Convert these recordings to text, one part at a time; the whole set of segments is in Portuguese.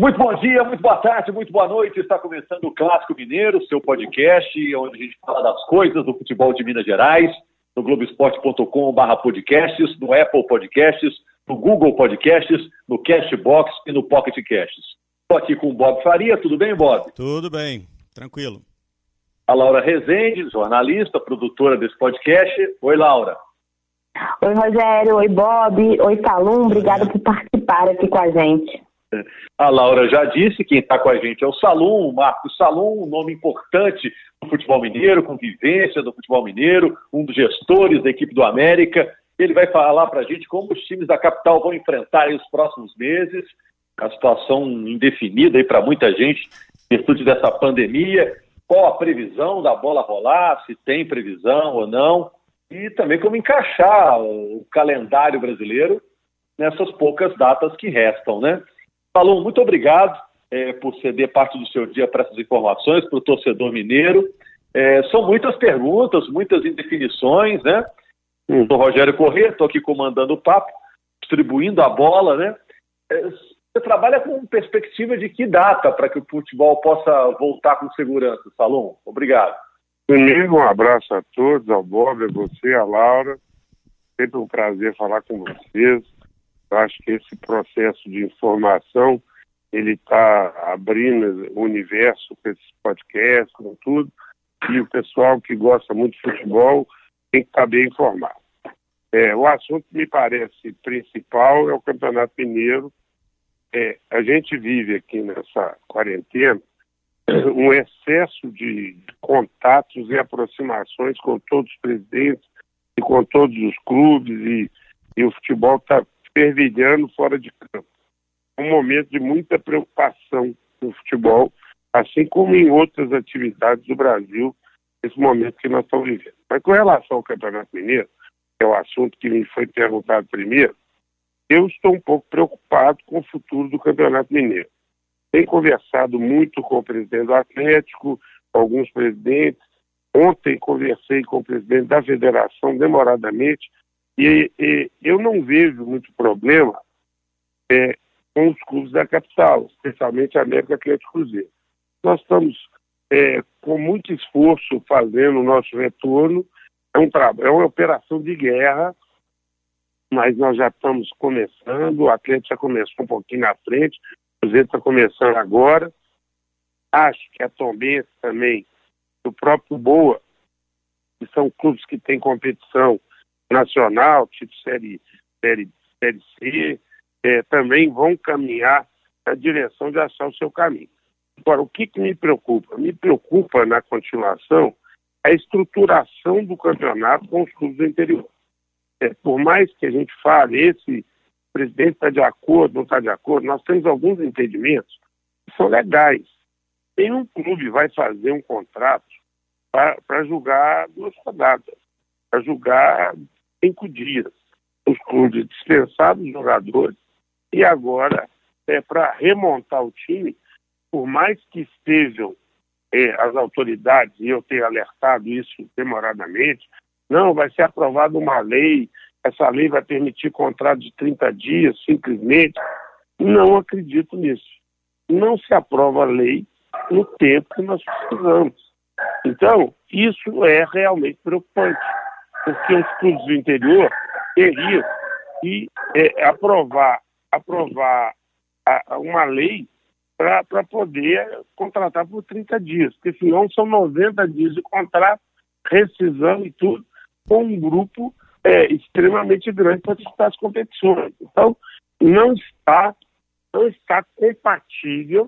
Muito bom dia, muito boa tarde, muito boa noite. Está começando o Clássico Mineiro, seu podcast, onde a gente fala das coisas do futebol de Minas Gerais, no Globoesporte.com/podcasts, no Apple Podcasts, no Google Podcasts, no Castbox e no Pocket Casts. Estou aqui com o Bob Faria. Tudo bem, Bob? Tudo bem, tranquilo. A Laura Rezende, jornalista, produtora desse podcast. Oi, Laura. Oi, Rogério. Oi, Bob. Oi, Salum. Obrigada por participar aqui com a gente. A Laura já disse, quem está com a gente é o Salum, o Marcos Salum, um nome importante do futebol mineiro, com vivência do futebol mineiro, um dos gestores da equipe do América. Ele vai falar para a gente como os times da capital vão enfrentar os próximos meses, a situação indefinida para muita gente, em virtude dessa pandemia, qual a previsão da bola rolar, se tem previsão ou não, e também como encaixar o calendário brasileiro nessas poucas datas que restam, né? Salum, muito obrigado por ceder parte do seu dia para essas informações, para o torcedor mineiro. São muitas perguntas, muitas indefinições, né? Sou Rogério Corrêa, estou aqui comandando o papo, distribuindo a bola, né? Você trabalha com perspectiva de que data para que o futebol possa voltar com segurança, Salum? Obrigado. Primeiro, um abraço a todos, ao Bob, a você, a Laura. Sempre um prazer falar com vocês. Eu acho que esse processo de informação, ele está abrindo o universo com esses podcasts, com tudo, e o pessoal que gosta muito de futebol tem que estar bem informado. O assunto que me parece principal é o Campeonato Mineiro. A gente vive aqui nessa quarentena um excesso de contatos e aproximações com todos os presidentes e com todos os clubes, e o futebol está fervilhando fora de campo. Um momento de muita preocupação no futebol, assim como em outras atividades do Brasil, esse momento que nós estamos vivendo. Mas com relação ao Campeonato Mineiro, que é o assunto que me foi perguntado primeiro, eu estou um pouco preocupado com o futuro do Campeonato Mineiro. Tenho conversado muito com o presidente do Atlético, com alguns presidentes. Ontem conversei com o presidente da federação demoradamente, e eu não vejo muito problema com os clubes da capital, especialmente a América Atlético Cruzeiro. Nós estamos com muito esforço fazendo o nosso retorno. É uma operação de guerra, mas nós já estamos começando. O Atlético já começou um pouquinho na frente, o Cruzeiro está começando agora. Acho que a Tombense também, o próprio Boa, que são clubes que têm competição nacional, tipo série C, também vão caminhar na direção de achar o seu caminho. Agora, o que me preocupa? Me preocupa, na continuação, a estruturação do campeonato com os clubes do interior. Por mais que a gente fale, esse presidente está de acordo, não está de acordo, nós temos alguns entendimentos que são legais. Nenhum clube vai fazer um contrato para jogar 2 rodadas, para jogar 5 dias. Os clubes dispensaram os jogadores e agora para remontar o time, por mais que estejam as autoridades, e eu tenho alertado isso demoradamente, não, vai ser aprovada uma lei, essa lei vai permitir contrato de 30 dias, simplesmente. Não acredito nisso. Não se aprova a lei no tempo que nós precisamos. Então, isso é realmente preocupante, porque os clubes do interior teriam que aprovar uma lei para poder contratar por 30 dias, porque senão são 90 dias de contrato, rescisão e tudo, com um grupo extremamente grande para disputar as competições. Então, não está compatível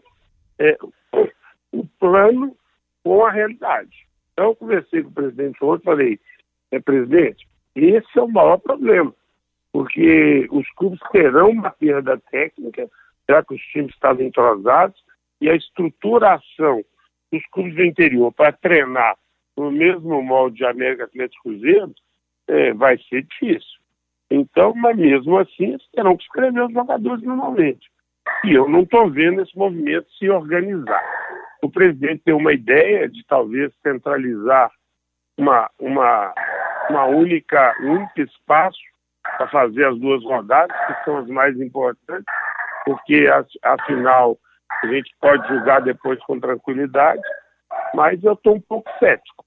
o plano com a realidade. Então, eu conversei com o presidente ontem e falei, presidente, esse é o maior problema, porque os clubes terão uma perda técnica, já que os times estavam entrosados, e a estruturação dos clubes do interior para treinar no mesmo molde de América Atlético Cruzeiro vai ser difícil. Então, mas mesmo assim, eles terão que escrever os jogadores normalmente. E eu não estou vendo esse movimento se organizar. O presidente tem uma ideia de talvez centralizar um único espaço para fazer as 2 rodadas, que são as mais importantes, porque, afinal, A gente pode julgar depois com tranquilidade, mas eu estou um pouco cético.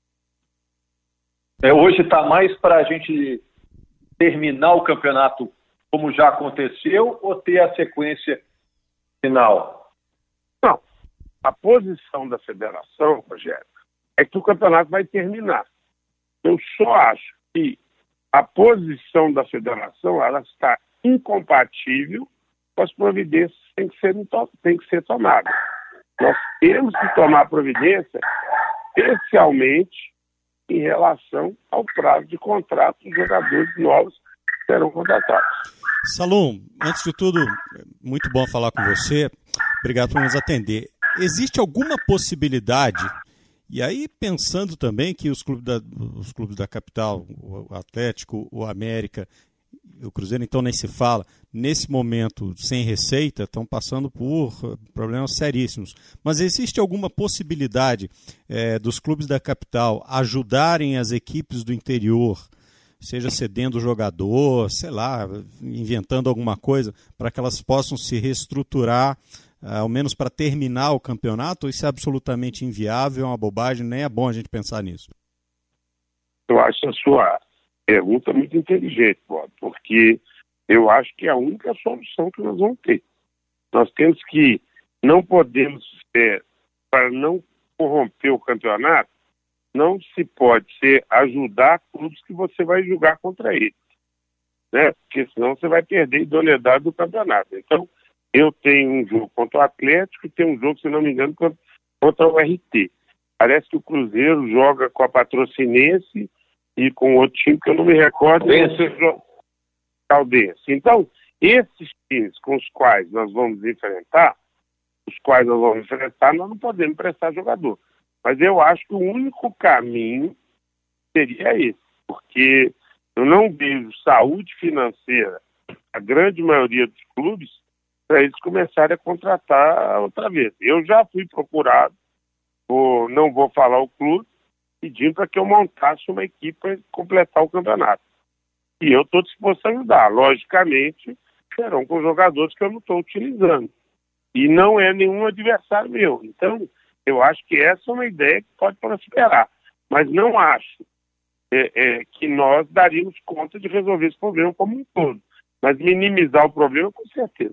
Hoje está mais para a gente terminar o campeonato como já aconteceu ou ter a sequência final? Não. A posição da federação, Rogério, é que o campeonato vai terminar. Eu só acho que a posição da federação ela está incompatível com as providências que têm que ser tomadas. Nós temos que tomar providência, especialmente em relação ao prazo de contrato dos jogadores novos que serão contratados. Salum, antes de tudo, muito bom falar com você. Obrigado por nos atender. Existe alguma possibilidade, e aí pensando também que os clubes da capital, o Atlético, o América, o Cruzeiro então nem se fala, nesse momento sem receita, estão passando por problemas seríssimos. Mas existe alguma possibilidade dos clubes da capital ajudarem as equipes do interior, seja cedendo o jogador, sei lá, inventando alguma coisa, para que elas possam se reestruturar, ao menos para terminar o campeonato? Ou isso é absolutamente inviável, é uma bobagem, nem é bom a gente pensar nisso? Eu acho a sua pergunta muito inteligente, Bob, porque eu acho que é a única solução que nós vamos ter. Nós temos que, não podemos, para não corromper o campeonato, não se pode ajudar clubes que você vai jogar contra eles, né? Porque senão você vai perder a idoneidade do campeonato. Então, eu tenho um jogo contra o Atlético e tenho um jogo, se não me engano, contra o RT. Parece que o Cruzeiro joga com a Patrocinense e com outro time que eu não me recordo. Caldense. Então, esses times com os quais nós vamos enfrentar, nós não podemos emprestar jogador. Mas eu acho que o único caminho seria esse, porque eu não vejo saúde financeira, a grande maioria dos clubes, para eles começarem a contratar outra vez. Eu já fui procurado, não vou falar o clube, pedindo para que eu montasse uma equipe para completar o campeonato. E eu estou disposto a ajudar. Logicamente, serão com jogadores que eu não estou utilizando. E não é nenhum adversário meu. Então, eu acho que essa é uma ideia que pode prosperar. Mas não acho que nós daríamos conta de resolver esse problema como um todo. Mas minimizar o problema, com certeza.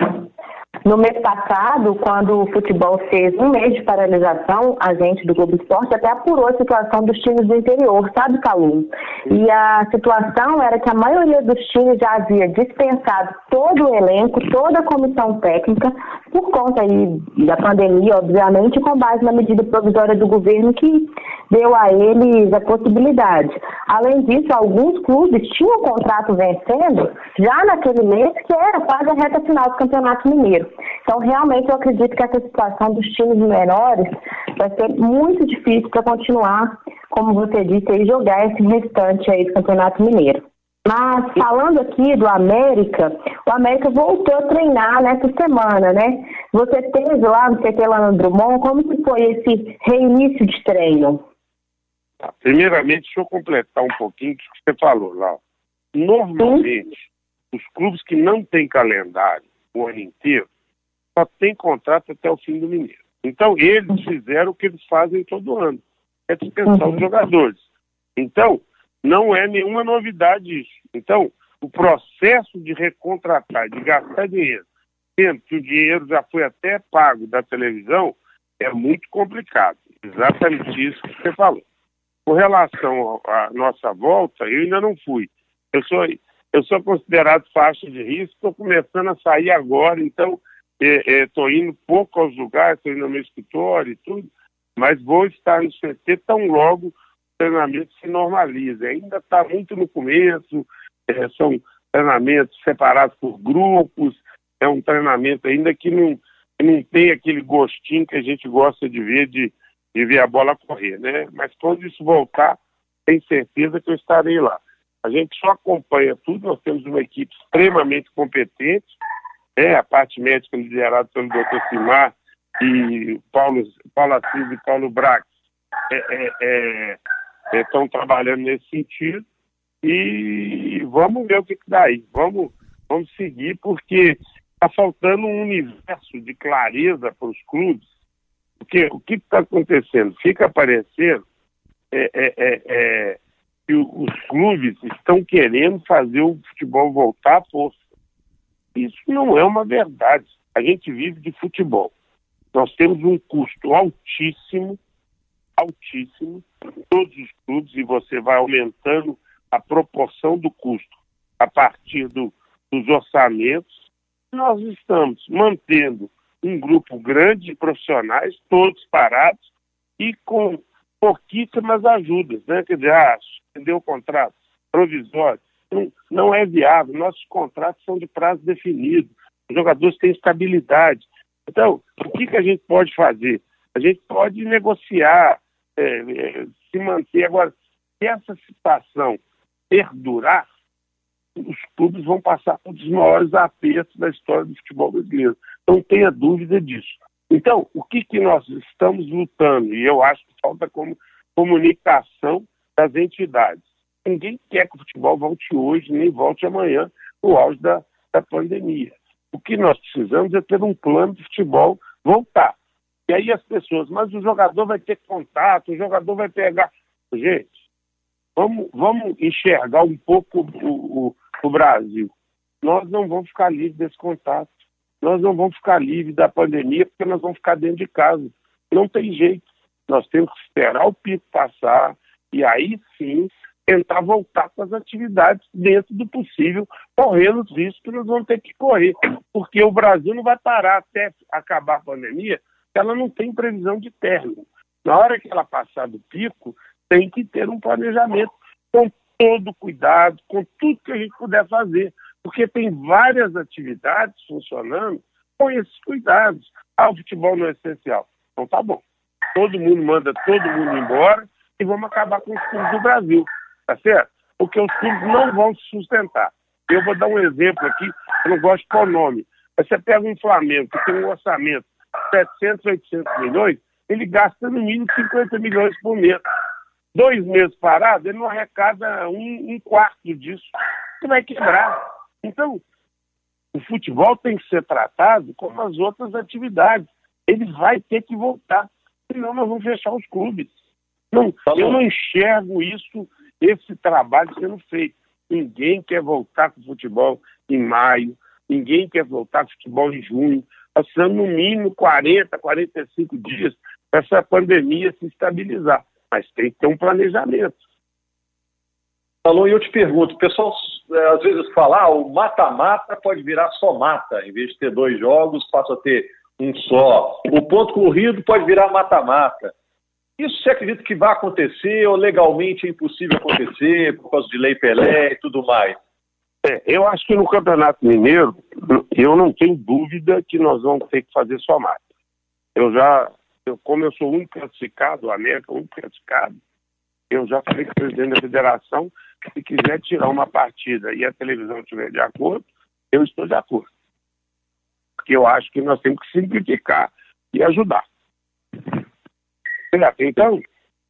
No mês passado, quando o futebol fez um mês de paralisação, a gente do Globo Esporte até apurou a situação dos times do interior, sabe, Salum? E a situação era que a maioria dos times já havia dispensado todo o elenco, toda a comissão técnica, por conta aí da pandemia, obviamente, com base na medida provisória do governo que deu a eles a possibilidade. Além disso, alguns clubes tinham o contrato vencendo já naquele mês, que era quase a reta final do Campeonato Mineiro. Então, realmente, eu acredito que essa situação dos times menores vai ser muito difícil para continuar, como você disse, aí, jogar esse restante aí do Campeonato Mineiro. Mas, falando aqui do América, o América voltou a treinar nessa semana, né? Você esteve lá no CT lá no Drummond, como que foi esse reinício de treino? Primeiramente, deixa eu completar um pouquinho do que você falou, Laura. Normalmente, os clubes que não têm calendário o ano inteiro, só tem contrato até o fim do Mineiro. Então, eles fizeram o que eles fazem todo ano, é dispensar os jogadores. Então, não é nenhuma novidade isso. Então, o processo de recontratar, de gastar dinheiro, sendo que o dinheiro já foi até pago da televisão, é muito complicado. Exatamente isso que você falou. Com relação à nossa volta, eu ainda não fui. Eu sou considerado faixa de risco, estou começando a sair agora, então estou indo pouco aos lugares, estou indo no meu escritório e tudo, mas vou estar no CT tão logo o treinamento se normaliza. Ainda está muito no começo, são treinamentos separados por grupos, é um treinamento ainda que não tem aquele gostinho que a gente gosta de ver a bola correr, né? Mas quando isso voltar, tenho certeza que eu estarei lá. A gente só acompanha tudo, nós temos uma equipe extremamente competente, a parte médica liderada pelo Dr. Simar e Paulo Assis e Paulo Brax estão trabalhando nesse sentido e vamos ver o que dá aí. Vamos seguir, porque está faltando um universo de clareza para os clubes, porque o que está acontecendo? Fica aparecendo que os clubes estão querendo fazer o futebol voltar à força. Isso não é uma verdade. A gente vive de futebol. Nós temos um custo altíssimo, em todos os clubes, e você vai aumentando a proporção do custo a partir dos orçamentos. Nós estamos mantendo um grupo grande de profissionais, todos parados e com pouquíssimas ajudas, né? Quer dizer, estendeu o contrato provisório. Não é viável. Nossos contratos são de prazo definido. Os jogadores têm estabilidade. Então, o que a gente pode fazer? A gente pode negociar, se manter. Agora, se essa situação perdurar, os clubes vão passar por um dos maiores apertos da história do futebol brasileiro. Não tenha dúvida disso. Então, o que nós estamos lutando? E eu acho que falta comunicação das entidades. Ninguém quer que o futebol volte hoje, nem volte amanhã, no auge da pandemia. O que nós precisamos é ter um plano de futebol voltar. E aí as pessoas, mas o jogador vai ter contato, o jogador vai pegar... Gente, vamos enxergar um pouco o Brasil. Nós não vamos ficar livres desse contato. Nós não vamos ficar livres da pandemia porque nós vamos ficar dentro de casa. Não tem jeito. Nós temos que esperar o pico passar e aí sim tentar voltar com as atividades dentro do possível, correndo os riscos que nós vamos ter que correr. Porque o Brasil não vai parar até acabar a pandemia, ela não tem previsão de término. Na hora que ela passar do pico, tem que ter um planejamento com todo cuidado, com tudo que a gente puder fazer. Porque tem várias atividades funcionando com esses cuidados. O futebol não é essencial. Então tá bom. Todo mundo manda todo mundo embora e vamos acabar com os clubes do Brasil. Tá certo? Porque os clubes não vão se sustentar. Eu vou dar um exemplo aqui, eu não gosto de pôr nome. Mas você pega um Flamengo que tem um orçamento de 700, 800 milhões, ele gasta no mínimo 50 milhões por mês. 2 meses parado, ele não arrecada um quarto disso. Você vai quebrar. Então, o futebol tem que ser tratado como as outras atividades. Ele vai ter que voltar, senão nós vamos fechar os clubes. Não, eu não enxergo esse trabalho sendo feito. Ninguém quer voltar com o futebol em maio, ninguém quer voltar com o futebol em junho. Nós precisamos, no mínimo, 40, 45 dias para essa pandemia se estabilizar. Mas tem que ter um planejamento. Falou, e eu te pergunto, o pessoal às vezes fala, o mata-mata pode virar só mata, em vez de ter 2 jogos, passa a ter um só. O ponto corrido pode virar mata-mata. Isso você acredita que vai acontecer ou legalmente é impossível acontecer por causa de Lei Pelé e tudo mais? Eu acho que no Campeonato Mineiro, eu não tenho dúvida que nós vamos ter que fazer só mata. Como eu sou o único classificado, o América é o único classificado, eu já falei com o presidente da federação que se quiser tirar uma partida e a televisão estiver de acordo, eu estou de acordo. Porque eu acho que nós temos que simplificar e ajudar. Então,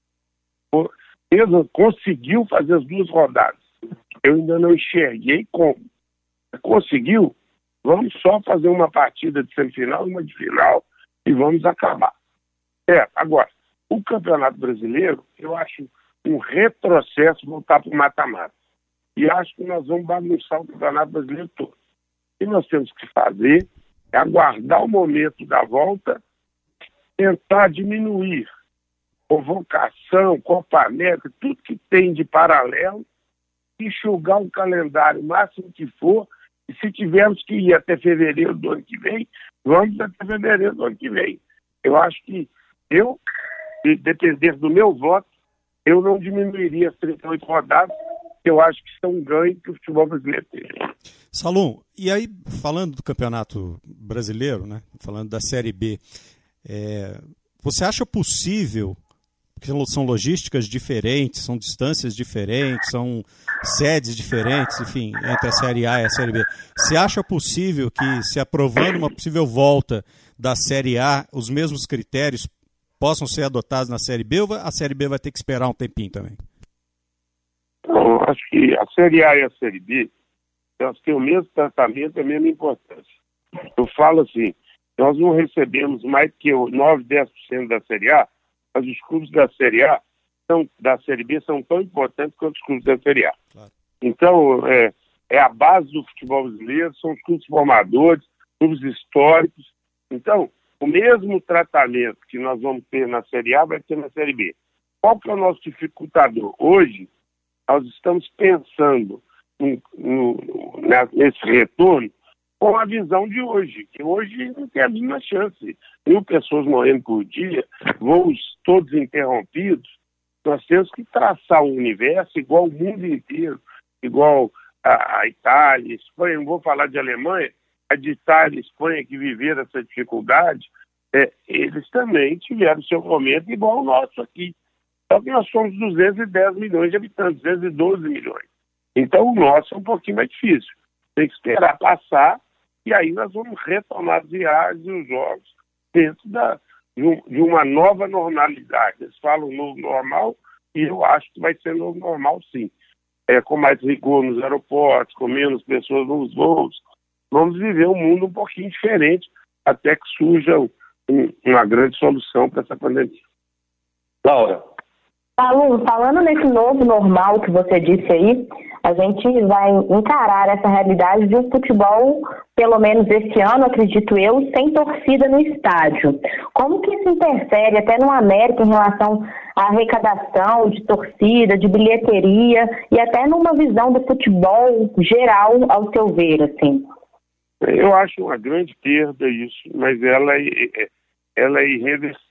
ele conseguiu fazer as 2 rodadas. Eu ainda não enxerguei como. Conseguiu? Vamos só fazer uma partida de semifinal e uma de final e vamos acabar. Agora, o Campeonato Brasileiro, eu acho um retrocesso voltar para o mata-mata. E acho que nós vamos bagunçar o Campeonato Brasileiro todo. O que nós temos que fazer é aguardar o momento da volta, tentar diminuir convocação, Copa América, tudo que tem de paralelo, enxugar o calendário o máximo que for, e se tivermos que ir até fevereiro do ano que vem, vamos até fevereiro do ano que vem. Eu acho que se depender do meu voto, eu não diminuiria as 38 rodadas, que eu acho que são um ganho que o futebol brasileiro tem. Salum, e aí, falando do Campeonato Brasileiro, né, falando da Série B, você acha possível, porque são logísticas diferentes, são distâncias diferentes, são sedes diferentes, enfim, entre a Série A e a Série B. Você acha possível que, se aprovando uma possível volta da Série A, os mesmos critérios possam ser adotados na Série B, ou a Série B vai ter que esperar um tempinho também? Não, acho que a Série A e a Série B, elas têm o mesmo tratamento e a mesma importância. Eu falo assim, nós não recebemos mais que 9, 10% da Série A, mas os clubes da Série A, da Série B, são tão importantes quanto os clubes da Série A. Claro. Então, é a base do futebol brasileiro, são os clubes formadores, clubes históricos. Então, o mesmo tratamento que nós vamos ter na Série A vai ter na Série B. Qual que é o nosso dificultador? Hoje, nós estamos pensando nesse retorno com a visão de hoje, que hoje não tem a mínima chance. 1.000 pessoas morrendo por dia, voos todos interrompidos. Nós temos que traçar um universo igual ao mundo inteiro, igual a Itália, Espanha, não vou falar de Alemanha, a de Itália e Espanha que viveram essa dificuldade, eles também tiveram seu momento igual ao nosso aqui. Só que nós somos 210 milhões de habitantes, 212 milhões. Então o nosso é um pouquinho mais difícil. Tem que esperar passar e aí nós vamos retomar as viagens e os jogos dentro de uma nova normalidade. Eles falam novo normal e eu acho que vai ser novo normal sim. Com mais rigor nos aeroportos, com menos pessoas nos voos. Vamos viver um mundo um pouquinho diferente até que surja uma grande solução para essa pandemia. Laura. Paulo, falando nesse novo normal que você disse aí, a gente vai encarar essa realidade de um futebol, pelo menos esse ano, acredito eu, sem torcida no estádio. Como que isso interfere até no América em relação à arrecadação de torcida, de bilheteria e até numa visão do futebol geral, ao seu ver, assim? Eu acho uma grande perda isso, mas ela é irreversível.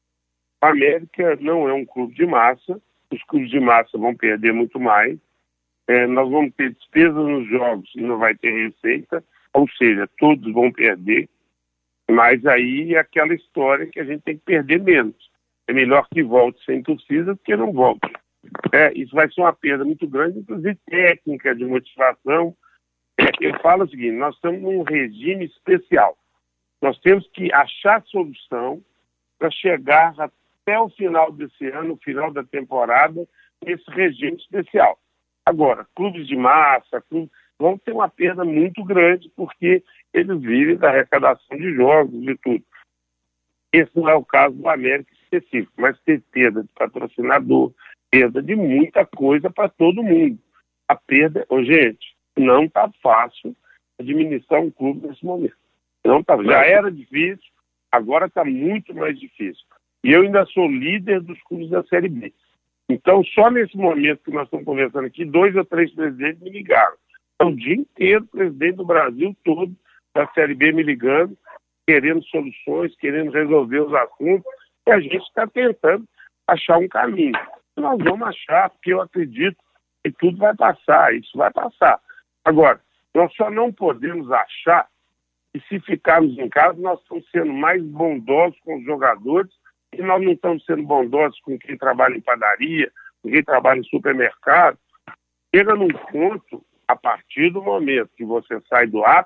A América não é um clube de massa, os clubes de massa vão perder muito mais, nós vamos ter despesas nos jogos e não vai ter receita, ou seja, todos vão perder, mas aí é aquela história que a gente tem que perder menos. É melhor que volte sem torcida do que não volte. Isso vai ser uma perda muito grande, inclusive técnica, de motivação. Eu falo o seguinte, nós estamos num regime especial. Nós temos que achar solução para chegar até o final desse ano, final da temporada, nesse regime especial. Agora, clubes de massa, vão ter uma perda muito grande porque eles vivem da arrecadação de jogos e tudo. Esse não é o caso do América específico, mas ter perda de patrocinador, perda de muita coisa para todo mundo. A perda, gente, não está fácil administrar um clube nesse momento. Não tá, já era difícil, agora está muito mais difícil. E eu ainda sou líder dos clubes da Série B. Então, só nesse momento que nós estamos conversando aqui, 2 ou 3 presidentes me ligaram. Então, o dia inteiro, o presidente do Brasil todo, da Série B, me ligando, querendo soluções, querendo resolver os assuntos, e a gente está tentando achar um caminho. Nós vamos achar, porque eu acredito que tudo vai passar, isso vai passar. Agora, nós só não podemos achar que se ficarmos em casa, nós estamos sendo mais bondosos com os jogadores e nós não estamos sendo bondosos com quem trabalha em padaria, com quem trabalha em supermercado. Chega num ponto, a partir do momento que você sai do ato,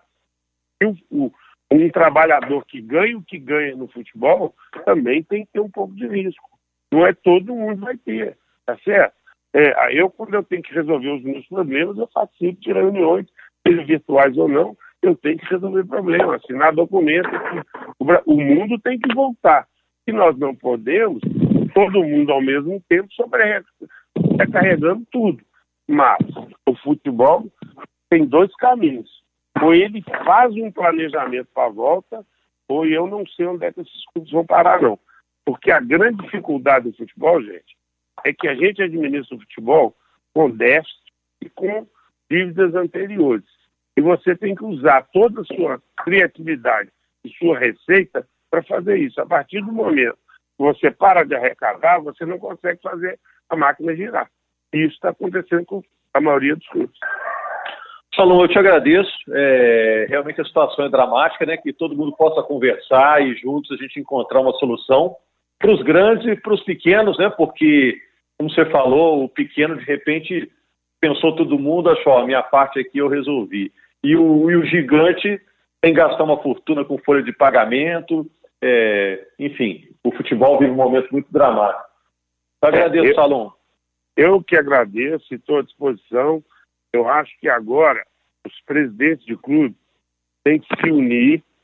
um trabalhador que ganha o que ganha no futebol também tem que ter um pouco de risco. Não é todo mundo vai ter, tá certo? Quando eu tenho que resolver os meus problemas, eu participo de reuniões, sejam virtuais ou não, eu tenho que resolver problemas, assinar documentos. O mundo tem que voltar. Se nós não podemos, todo mundo ao mesmo tempo sobrecarregando tudo. Mas o futebol tem 2 caminhos. Ou ele faz um planejamento para a volta, ou eu não sei onde é que esses clubes vão parar, não. Porque a grande dificuldade do futebol, gente, é que a gente administra o futebol com déficit e com dívidas anteriores. E você tem que usar toda a sua criatividade e sua receita para fazer isso. A partir do momento que você para de arrecadar, você não consegue fazer a máquina girar. E isso está acontecendo com a maioria dos clubes. Salom, eu te agradeço. Realmente a situação é dramática, né? Que todo mundo possa conversar e juntos a gente encontrar uma solução para os grandes e para os pequenos, né? Porque, como você falou, o pequeno de repente pensou todo mundo, achou, a minha parte aqui eu resolvi. E o gigante tem que gastar uma fortuna com folha de pagamento. Enfim, o futebol vive um momento muito dramático. Eu agradeço, Salom. Eu que agradeço e estou à disposição. Eu acho que agora os presidentes de clube têm que se unir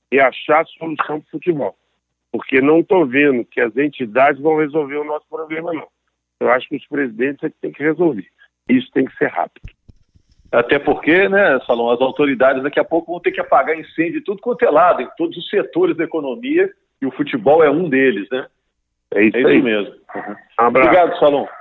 e achar solução para o futebol. Porque não estou vendo que as entidades vão resolver o nosso problema, não. Eu acho que os presidentes é que tem que resolver. Isso tem que ser rápido. Até porque, né, Salom, as autoridades daqui a pouco vão ter que apagar incêndio de tudo quanto é lado, em todos os setores da economia, e o futebol é um deles, né? É isso aí mesmo. Um abraço. Obrigado, Salom.